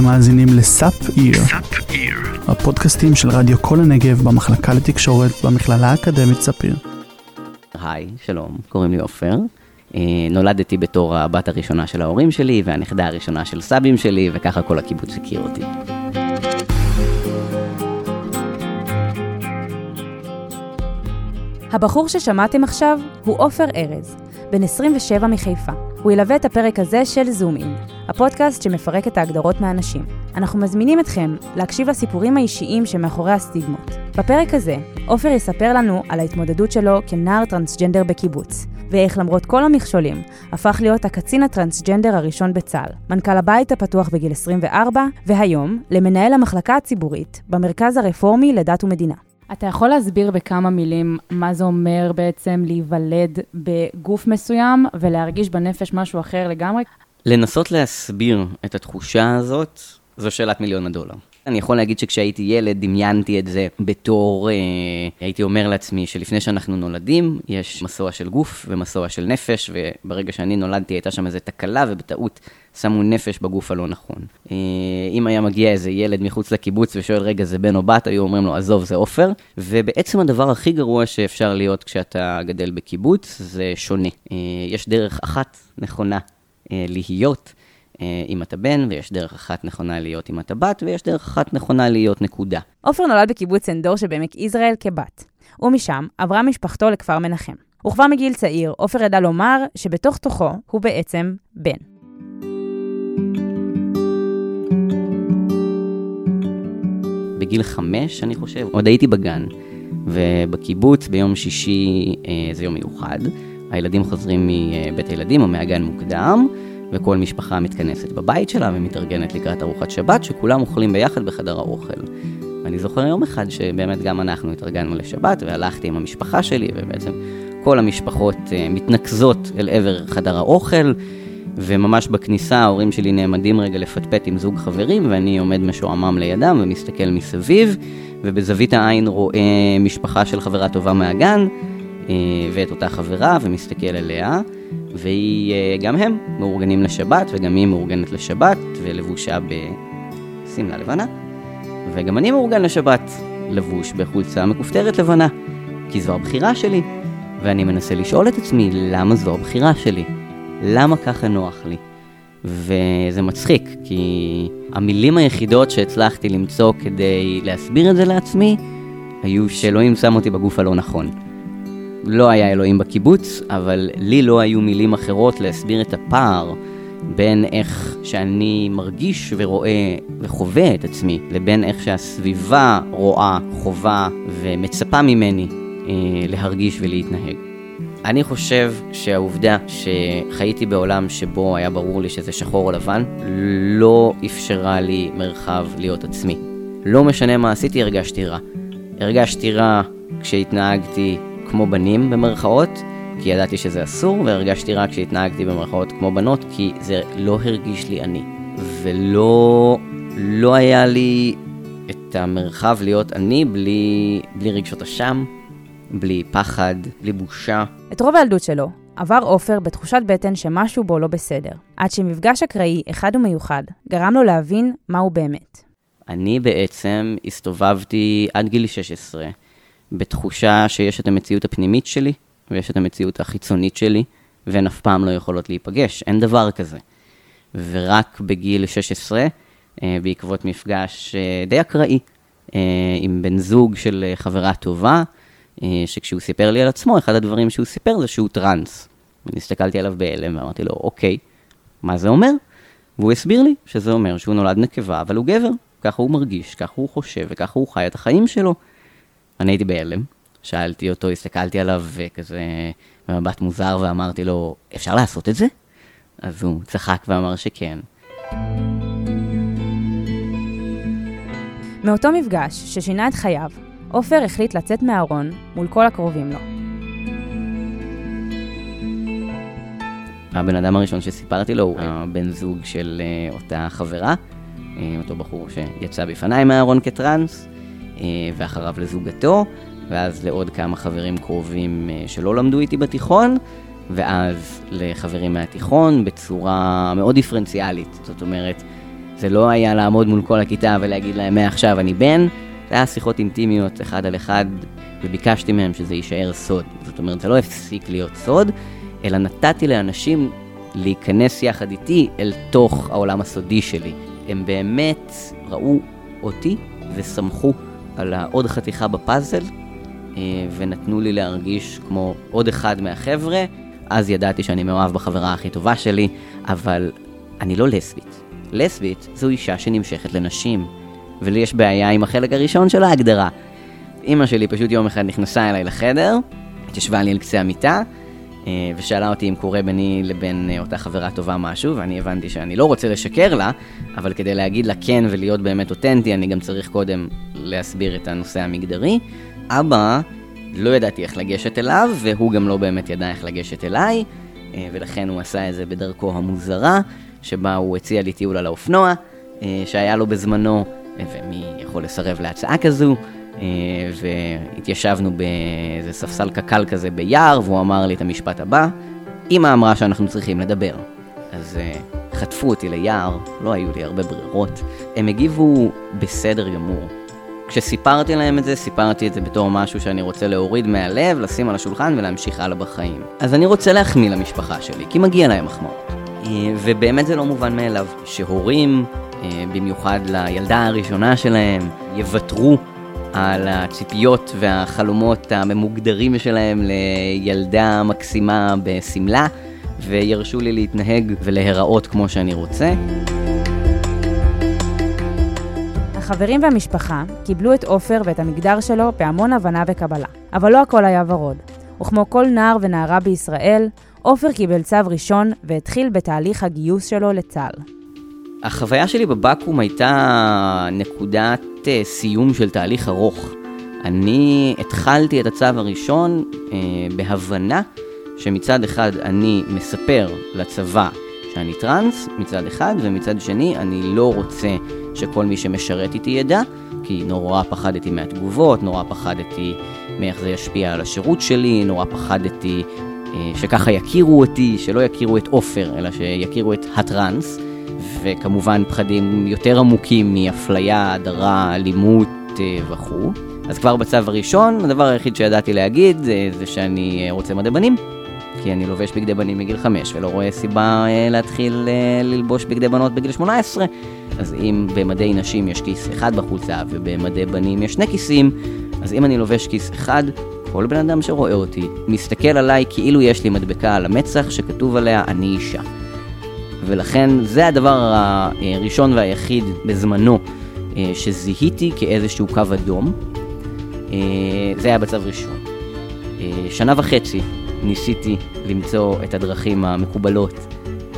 אתם מאזינים לסאפ איר, הפודקאסטים של רדיו כל הנגב במחלקה לתקשורת במכללה האקדמית ספיר. היי, שלום, קוראים לי עופר. נולדתי בתור הבת הראשונה של ההורים שלי והנכדה הראשונה של סבים שלי, וככה כל הקיבוץ הכיר אותי. הבחור ששמעתם עכשיו הוא עופר ארז, בן 27 מחיפה. הוא ילווה את הפרק הזה של זום אין, הפודקאסט שמפרק את ההגדרות מאנשים. אנחנו מזמינים אתכם להקשיב לסיפורים האישיים שמאחורי הסטיגמות. בפרק הזה, עופר יספר לנו על ההתמודדות שלו כנער טרנסג'נדר בקיבוץ, ואיך למרות כל המכשולים, הפך להיות הקצין הטרנסג'נדר הראשון בצה"ל, מנכ"ל הבית הפתוח בגיל 24, והיום למנהל המחלקה הציבורית במרכז הרפורמי לדת ומדינה. אתה יכול להסביר בכמה מילים מה זה אומר בעצם להיוולד בגוף מסוים ולהרגיש בנפש משהו אחר לגמרי? לנסות להסביר את התחושה הזאת, זו שאלת $1,000,000. אני יכול להגיד שכשהייתי ילד דמיינתי את זה בתור, הייתי אומר לעצמי שלפני שאנחנו נולדים, יש מסוע של גוף ומסוע של נפש, וברגע שאני נולדתי הייתה שם איזו תקלה, ובטעות שמו נפש בגוף הלא נכון. אם היה מגיע איזה ילד מחוץ לקיבוץ ושואל רגע זה בן או בת, היו אומרים לו עזוב זה עופר, ובעצם הדבר הכי גרוע שאפשר להיות כשאתה גדל בקיבוץ זה שונה. יש דרך אחת נכונה להיות אם אתה בן, ויש דרך אחת נכונה להיות אם אתה בת, ויש דרך אחת נכונה להיות נקודה. עופר נולד בקיבוץ אנדור שבעמק יזרעאל כבת, ומשם עברה משפחתו לכפר מנחם. וכבר מגיל צעיר, עופר ידע לומר שבתוך תוכו הוא בעצם בן. בגיל 5, אני חושב, עוד הייתי בגן, ובקיבוץ ביום שישי, זה יום מיוחד, הילדים חוזרים מבית הילדים או מהגן מוקדם, וכל משפחה מתכנסת בבית שלה ומתארגנת לקראת ארוחת שבת, שכולם אוכלים ביחד בחדר האוכל. ואני זוכר יום אחד שבאמת גם אנחנו התארגנו לשבת, והלכתי עם המשפחה שלי, ובעצם כל המשפחות מתנקזות אל עבר חדר האוכל, וממש בכניסה ההורים שלי נעמדים רגע לפטפט עם זוג חברים, ואני עומד משועמם לידם ומסתכל מסביב, ובזווית העין רואה משפחה של חברה טובה מהגן, ואת אותה חברה, ומסתכל אליה, והיא, גם הם מאורגנים לשבת, וגם היא מאורגנת לשבת, ולבושה בסמלה לבנה. וגם אני מאורגן לשבת, לבוש בחולצה מכופתרת לבנה, כי זו הבחירה שלי. ואני מנסה לשאול את עצמי, למה זו הבחירה שלי? למה ככה נוח לי? וזה מצחיק, כי המילים היחידות שהצלחתי למצוא כדי להסביר את זה לעצמי, היו שאלוהים שם אותי בגוף הלא נכון. לא היה אלוהים בקיבוץ, אבל לי לא היו מילים אחרות להסביר את הפער בין איך שאני מרגיש ורואה וחווה את עצמי, לבין איך שהסביבה רואה, חובה ומצפה ממני להרגיש ולהתנהג. אני חושב שהעובדה שחייתי בעולם שבו היה ברור לי שזה שחור או לבן, לא אפשרה לי מרחב להיות עצמי. לא משנה מה עשיתי, הרגשתי רע. הרגשתי רע כשהתנהגתי כמו בנים במרכאות, כי ידעתי שזה אסור, והרגשתי רק כשהתנהגתי במרכאות כמו בנות, כי זה לא הרגיש לי אני. ולא היה לי את המרחב להיות אני בלי רגשות אשם, בלי פחד, בלי בושה. את רוב הילדות שלו עבר עופר בתחושת בטן שמשהו בו לא בסדר, עד שמפגש אקראי אחד ומיוחד גרם לו להבין מהו באמת. אני בעצם הסתובבתי עד גיל 16, בתחושה שיש את המציאות הפנימית שלי, ויש את המציאות החיצונית שלי, והן אף פעם לא יכולות להיפגש, אין דבר כזה. ורק בגיל 16, בעקבות מפגש די אקראי, עם בן זוג של חברה טובה, שכשהוא סיפר לי על עצמו, אחד הדברים שהוא סיפר זה שהוא טרנס. ונסתכלתי עליו בהלם ואמרתי לו, אוקיי, מה זה אומר? והוא הסביר לי שזה אומר שהוא נולד נקבה, אבל הוא גבר. ככה הוא מרגיש, ככה הוא חושב, וככה הוא חי את החיים שלו. אני הייתי בהלם, שאלתי אותו, הסתכלתי עליו וכזה במבט מוזר ואמרתי לו, אפשר לעשות את זה? אז הוא צחק ואמר שכן. מאותו מפגש ששינה את חייו, עופר החליט לצאת מהארון מול כל הקרובים לו. הבן אדם הראשון שסיפרתי לו הוא הבן זוג של אותה חברה, אותו בחור שיצא בפניי מהארון כטרנס, ואחריו לזוגתו, ואז לעוד כמה חברים קרובים שלא למדו איתי בתיכון, ואז לחברים מהתיכון בצורה מאוד דיפרנציאלית. זאת אומרת, זה לא היה לעמוד מול כל הכיתה ולהגיד להם מעכשיו אני בן, זה היה שיחות אינטימיות אחד על אחד, וביקשתי מהם שזה יישאר סוד. זאת אומרת, זה לא הפסיק להיות סוד, אלא נתתי לאנשים להיכנס יחד איתי אל תוך העולם הסודי שלי. הם באמת ראו אותי וסמכו על עוד חתיכה בפאזל, ונתנו לי להרגיש כמו עוד אחד מהחבר'ה. אז ידעתי שאני מאוהב בחברה הכי טובה שלי, אבל אני לא לסבית. לסבית זו אישה שנמשכת לנשים, ולי יש בעיה עם החלק הראשון של ההגדרה. אמא שלי פשוט יום אחד נכנסה אליי לחדר, התיישבה לי על קצה המיטה, ושאלה אותי אם קורה ביני לבין אותה חברה טובה משהו, ואני הבנתי שאני לא רוצה לשקר לה, אבל כדי להגיד לה כן ולהיות באמת אותנטי, אני גם צריך קודם להסביר את הנושא המגדרי. אבא לא ידעתי איך לגשת אליו, והוא גם לא באמת ידע איך לגשת אליי, ולכן הוא עשה את זה בדרכו המוזרה, שבה הוא הציע לי טיול על האופנוע, שהיה לו בזמנו, ומי יכול לסרב להצעה כזו, והתיישבנו באיזה ספסל קקל כזה ביער, והוא אמר לי את המשפט הבא, אמא אמרה שאנחנו צריכים לדבר. אז חטפו אותי ליער, לא היו לי הרבה ברירות. הם הגיבו בסדר גמור. כשסיפרתי להם את זה, סיפרתי את זה בתור משהו שאני רוצה להוריד מהלב, לשים על השולחן ולהמשיך הלאה בחיים. אז אני רוצה להחמיא למשפחה שלי, כי מגיע להם מחמאות. ובאמת זה לא מובן מאליו, שהורים, במיוחד לילדה הראשונה שלהם, יוותרו על הציפיות והחלומות הממוגדרים שלהם לילדה מקסימה בסמלה, וירשו לי להתנהג ולהיראות כמו שאני רוצה. החברים והמשפחה קיבלו את עופר ואת המגדר שלו בהמון הבנה וקבלה. אבל לא הכל היה ורוד. וכמו כל נער ונערה בישראל, עופר קיבל צו ראשון והתחיל בתהליך הגיוס שלו לצה"ל. החוויה שלי בבקו"ם הייתה נקודת סיום של תהליך ארוך. אני התחלתי את הצו הראשון בהבנה שמצד אחד אני מספר לצבא שאני טרנס, מצד אחד, ומצד שני אני לא רוצה שכל מי שמשרת איתי ידע, כי נורא פחדתי מהתגובות, נורא פחדתי מאיך זה ישפיע על השירות שלי, נורא פחדתי שככה יכירו אותי, שלא יכירו את עופר, אלא שיכירו את הטרנס, וכמובן פחדים יותר עמוקים מאפליה, הדרה, אלימות וכו'. אז כבר בצו הראשון, הדבר היחיד שידעתי להגיד זה שאני רוצה מדי בנים, כי אני לובש בגדי בנים מגיל 5, ולא רואה סיבה להתחיל ללבוש בגדי בנות בגיל 18. אז אם במדי נשים יש כיס אחד בחולצה, ובמדי בנים יש 2 כיסים, אז אם אני לובש כיס אחד, כל בן אדם שרואה אותי מסתכל עליי כאילו יש לי מדבקה על המצח שכתוב עליה אני אישה. ולכן זה הדבר הראשון והיחיד בזמנו שזיהיתי כאיזשהו קו אדום. זה היה בצו ראשון. 1.5 שנה ניסיתי למצוא את הדרכים המקובלות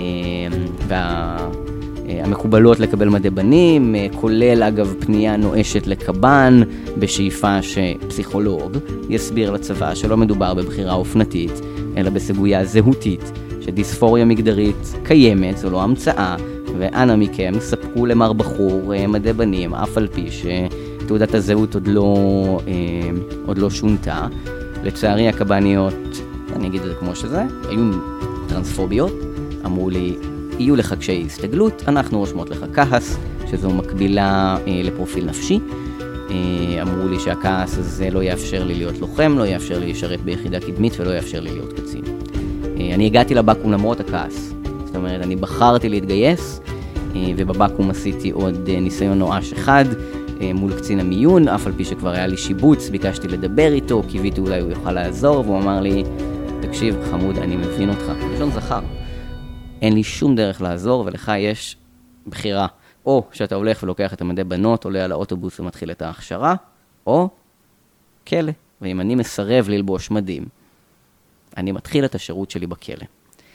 והמקובלות לקבל מדי בנים, כולל אגב פנייה נואשת לקב"ן בשאיפה שפסיכולוג יסביר לצבא שלא מדובר בבחירה אופנתית אלא בסוגיה זהותית, שדיספוריה מגדרית קיימת, זו לא המצאה, ואנא מכם ספקו למר בחור מדי בנים, אף על פי שתעודת הזהות עוד לא שונתה. לצערי הקב"ניות, אני אגיד את זה כמו שזה, היו טרנספוביות, אמרו לי, יהיו לך קשיי הסתגלות, אנחנו רושמות לך כעס, שזו מקבילה לפרופיל נפשי. אמרו לי שהכעס הזה לא יאפשר לי להיות לוחם, לא יאפשר לי לשרת ביחידה קדמית ולא יאפשר לי להיות קצין. אני הגעתי לבקו"ם למרות הכעס, זאת אומרת, אני בחרתי להתגייס, ובבקו"ם עשיתי עוד ניסיון נואש אחד מול קצין המיון, אף על פי שכבר היה לי שיבוץ, ביקשתי לדבר איתו, קיוויתי אולי הוא יוכל לעזור, והוא אמר לי, תקשיב חמוד, אני מבין אותך, בלשון זכר, אין לי שום דרך לעזור, ולך יש בחירה, או שאתה הולך ולוקח את המדי בנות, עולה על האוטובוס ומתחיל את ההכשרה, או כלא, ואם אני מסרב ללבוש מדים, אני מתחיל את השירות שלי בכלא.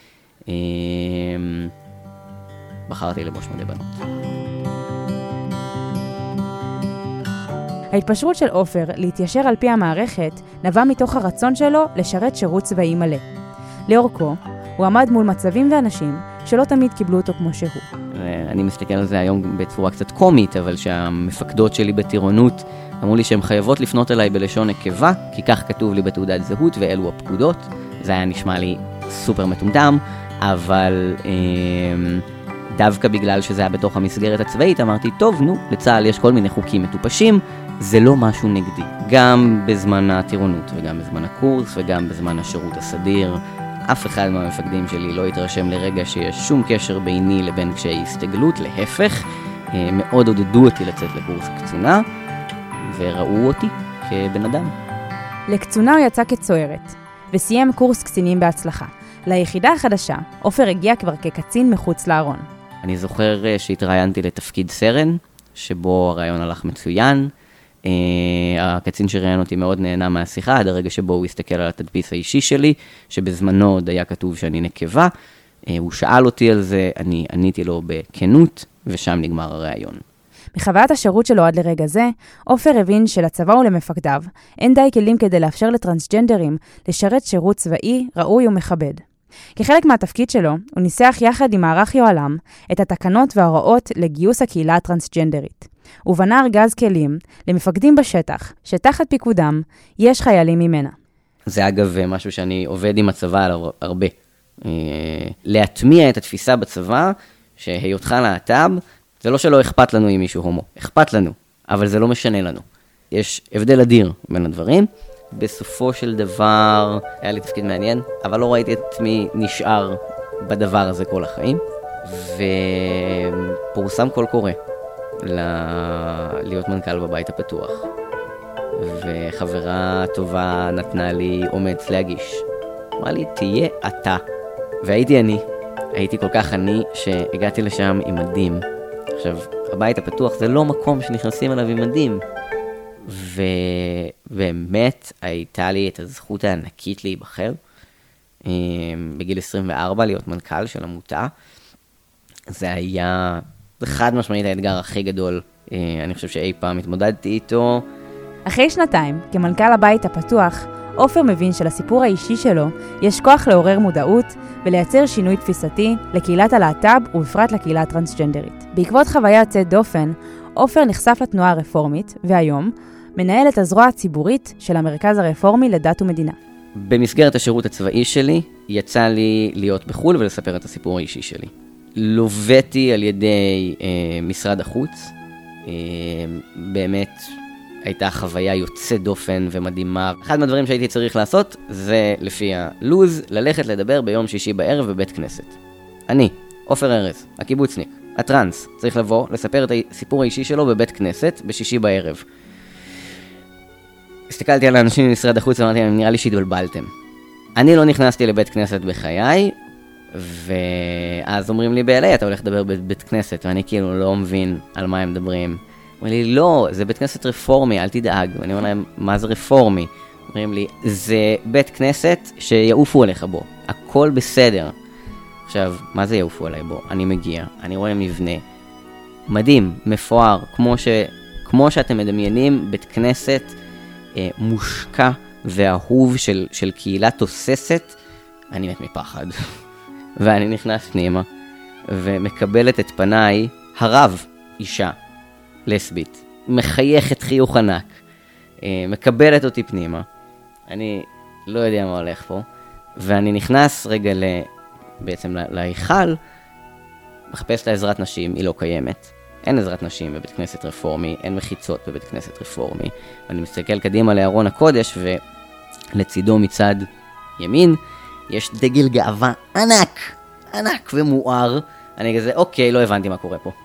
בחרתי ללבוש מדי בנות. ההתפשרות של עופר להתיישר על פי המערכת נבע מתוך הרצון שלו לשרת שירות צבאי מלא. לאורכו, הוא עמד מול מצבים ואנשים שלא תמיד קיבלו אותו כמו שהוא. אני מסתכל על זה היום בצורה קצת קומית, אבל שהמפקדות שלי בטירונות אמרו לי שהן חייבות לפנות אליי בלשון נקבה, כי כך כתוב לי בתעודת זהות ואלו הפקודות. זה היה נשמע לי סופר מטומטם, אבל דווקא בגלל שזה היה בתוך המסגרת הצבאית, אמרתי, טוב, נו, לצה"ל יש כל מיני חוקים מטופשים, זה לא משהו נגדי. גם בזמן הטירונות וגם בזמן הקורס וגם בזמן השירות הסדיר, אף אחד מהמפקדים שלי לא התרשם לרגע שיש שום קשר ביני לבין קשיי הסתגלות, להפך, מאוד עודדו אותי לצאת לקורס קצונה, וראו אותי כבן אדם. לקצונה הוא יצא כצוערת, וסיים קורס קצינים בהצלחה. ליחידה החדשה, עופר הגיע כבר כקצין מחוץ לארון. אני זוכר שהתראיינתי לתפקיד סרן, שבו הרעיון הלך מצוין. הקצין שראיין אותי מאוד נהנה מהשיחה, עד הרגע שבו הוא הסתכל על התדפיס האישי שלי, שבזמנו עוד היה כתוב שאני נקבה. הוא שאל אותי על זה, אני עניתי לו בכנות, ושם נגמר הרעיון. מחוויית השירות שלו עד לרגע זה, עופר הבין שלצבא ולמפקדיו אין די כלים כדי לאפשר לטרנסג'נדרים לשרת שירות צבאי ראוי ומכבד. כחלק מהתפקיד שלו, הוא ניסח יחד עם מערך יוהל"ם את התקנות וההוראות לגיוס הקהילה הטרנסג'נדרית. הוא בנה ארגז כלים למפקדים בשטח, שתחת פיקודם יש חיילים ממנה. זה אגב משהו שאני עובד עם הצבא עליו הרבה. להטמיע את התפיסה בצבא, שהיותך להט"ב, זה לא שלא אכפת לנו עם מישהו הומו, אכפת לנו, אבל זה לא משנה לנו. יש הבדל אדיר בין הדברים. בסופו של דבר היה לי תפקיד מעניין, אבל לא ראיתי את מי נשאר בדבר הזה כל החיים. ופורסם קול קורא להיות מנכ"ל בבית הפתוח. וחברה טובה נתנה לי אומץ להגיש. אמרה לי, תהיה אתה. והייתי אני. הייתי כל כך אני שהגעתי לשם עם מדים. עכשיו, הבית הפתוח זה לא מקום שנכנסים אליו עם מדים. ובאמת הייתה לי את הזכות הענקית להיבחר. בגיל 24 להיות מנכ"ל של עמותה. זה היה חד משמעית האתגר הכי גדול. אני חושב שאי פעם התמודדתי איתו. אחרי שנתיים, כמנכ"ל הבית הפתוח, עופר מבין שלסיפור האישי שלו יש כוח לעורר מודעות ולייצר שינוי תפיסתי לקהילת הלהט"ב ובפרט לקהילה הטרנסג'נדרית. בעקבות חוויה יוצאת דופן, עופר נחשף לתנועה הרפורמית, והיום מנהל את הזרוע הציבורית של המרכז הרפורמי לדת ומדינה. במסגרת השירות הצבאי שלי, יצא לי להיות בחול ולספר את הסיפור האישי שלי. לוויתי על ידי משרד החוץ, באמת הייתה חוויה יוצאת דופן ומדהימה. אחד מהדברים שהייתי צריך לעשות זה לפי הלוז, ללכת לדבר ביום שישי בערב בבית כנסת. אני, עופר ארז, הקיבוצניק, הטרנס, צריך לבוא לספר את הסיפור האישי שלו בבית כנסת בשישי בערב. הסתכלתי על האנשים ממשרד החוץ ואמרתי, נראה לי שהתבלבלתם. אני לא נכנסתי לבית כנסת בחיי, ואז אומרים לי ב-LA, אתה הולך לדבר בבית כנסת, ואני כאילו לא מבין על מה הם מדברים. אומרים לי, לא, זה בית כנסת רפורמי, אל תדאג. ואני אומר להם, מה זה רפורמי? אומרים לי, זה בית כנסת שיעופו עליך בו, הכל בסדר. עכשיו, מה זה יעופו עליי בו? אני מגיע, אני רואה מבנה מדהים, מפואר, כמו שאתם מדמיינים, בית כנסת מושקע ואהוב של קהילה תוססת. אני מת מפחד. ואני נכנס פנימה, ומקבלת את פניי הרב, אישה, לסבית, מחייכת חיוך ענק, מקבלת אותי פנימה. אני לא יודע מה הולך פה, ואני נכנס רגע בעצם להיכל, מחפש לעזרת נשים, היא לא קיימת. אין עזרת נשים בבית כנסת רפורמי, אין מחיצות בבית כנסת רפורמי. ואני מסתכל קדימה לארון הקודש, ולצידו מצד ימין, יש דגל גאווה ענק, ענק ומואר. אני כזה, אוקיי, לא הבנתי מה קורה פה.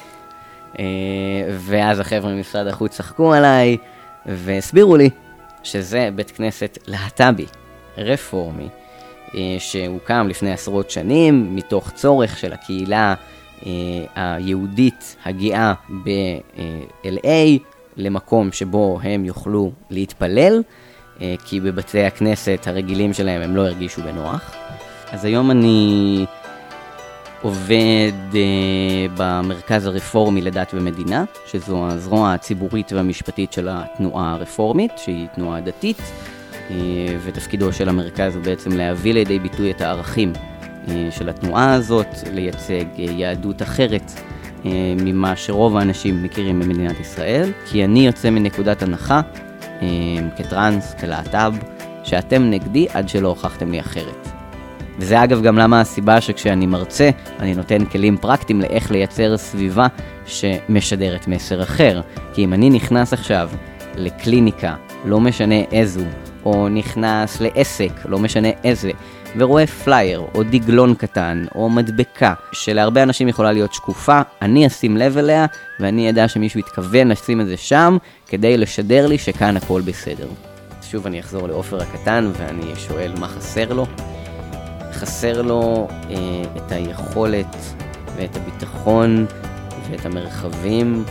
ואז החבר'ה ממשרד החוץ צחקו עליי, והסבירו לי שזה בית כנסת להט"בי, רפורמי, שהוקם לפני עשרות שנים, מתוך צורך של הקהילה היהודית הגאה ב-LA, למקום שבו הם יוכלו להתפלל, כי בבתי הכנסת הרגילים שלהם הם לא הרגישו בנוח. אז היום אני עובד במרכז הרפורמי לדת ומדינה, שזו הזרוע הציבורית והמשפטית של התנועה הרפורמית, שהיא תנועה דתית, ותפקידו של המרכז הוא בעצם להביא לידי ביטוי את הערכים של התנועה הזאת, לייצג יהדות אחרת ממה שרוב האנשים מכירים במדינת ישראל, כי אני יוצא מנקודת הנחה, כטרנס, כלהט"ב, שאתם נגדי עד שלא הוכחתם לי אחרת. וזה אגב גם למה הסיבה שכשאני מרצה, אני נותן כלים פרקטיים לאיך לייצר סביבה שמשדרת מסר אחר. כי אם אני נכנס עכשיו לקליניקה, לא משנה איזו, או נכנס לעסק, לא משנה איזה, ורואה פלייר, או דגלון קטן, או מדבקה, שלהרבה אנשים יכולה להיות שקופה, אני אשים לב אליה, ואני ידע שמישהו יתכוון לשים את זה שם, כדי לשדר לי שכאן הכל בסדר. שוב אני אחזור לעופר הקטן, ואני שואל מה חסר לו. חסר לו את היכולת, ואת הביטחון, ואת המרחבים,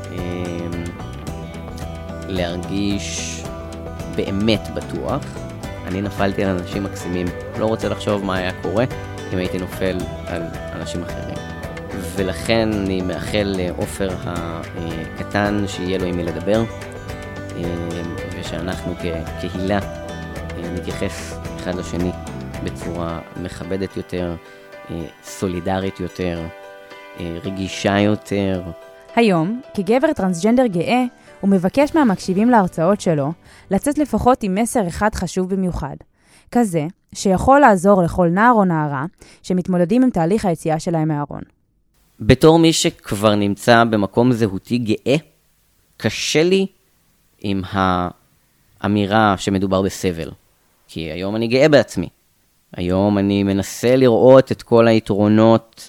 להרגיש באמת בטוח. אני נפלתי על אנשים מקסימים, לא רוצה לחשוב מה היה קורה אם הייתי נופל על אנשים אחרים. ולכן אני מאחל לעופר הקטן שיהיה לו עם מי לדבר, ושאנחנו כקהילה נתייחס אחד לשני בצורה מכבדת יותר, סולידרית יותר, רגישה יותר. היום, כגבר טרנסג'נדר גאה, הוא מבקש מהמקשיבים להרצאות שלו לצאת לפחות עם מסר אחד חשוב במיוחד. כזה שיכול לעזור לכל נער או נערה שמתמודדים עם תהליך היציאה שלהם מהארון. בתור מי שכבר נמצא במקום זהותי גאה, קשה לי עם האמירה שמדובר בסבל. כי היום אני גאה בעצמי. היום אני מנסה לראות את כל היתרונות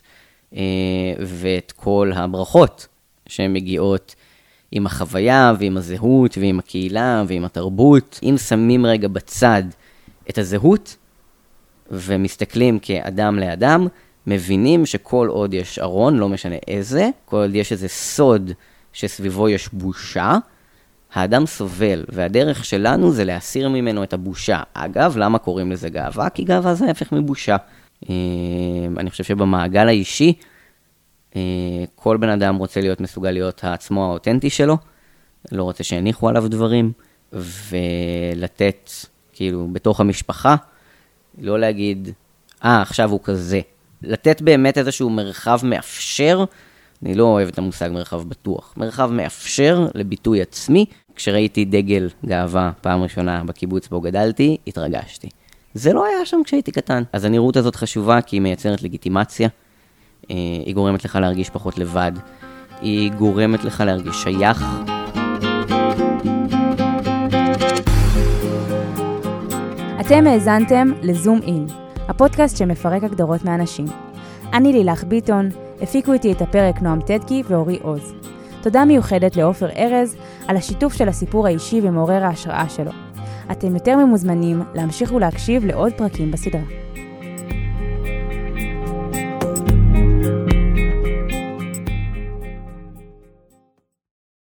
ואת כל הברכות שהן מגיעות עם החוויה ועם הזהות ועם הקהילה ועם התרבות. אם שמים רגע בצד את הזהות ומסתכלים כאדם לאדם, מבינים שכל עוד יש ארון, לא משנה איזה, כל עוד יש איזה סוד שסביבו יש בושה, האדם סובל, והדרך שלנו זה להסיר ממנו את הבושה. אגב, למה קוראים לזה גאווה? כי גאווה זה ההפך מבושה. אני חושב שבמעגל האישי, כל בן אדם רוצה להיות מסוגל להיות העצמו האותנטי שלו, לא רוצה שיניחו עליו דברים, ולתת, כאילו, בתוך המשפחה, לא להגיד, עכשיו הוא כזה. לתת באמת איזשהו מרחב מאפשר, אני לא אוהב את המושג מרחב בטוח, מרחב מאפשר לביטוי עצמי. כשראיתי דגל גאווה פעם ראשונה בקיבוץ בו גדלתי, התרגשתי. זה לא היה שם כשהייתי קטן. אז הנראות הזאת חשובה כי היא מייצרת לגיטימציה, היא גורמת לך להרגיש פחות לבד, היא גורמת לך להרגיש שייך. אתם האזנתם לזום אין, הפודקאסט שמפרק הגדרות מאנשים. אני לילך ביטון, הפיקו איתי את הפרק נועם תדקי ואורי עוז. תודה מיוחדת לעופר ארז על השיתוף של הסיפור האישי ומעורר ההשראה שלו. אתם יותר ממוזמנים להמשיך ולהקשיב לעוד פרקים בסדרה.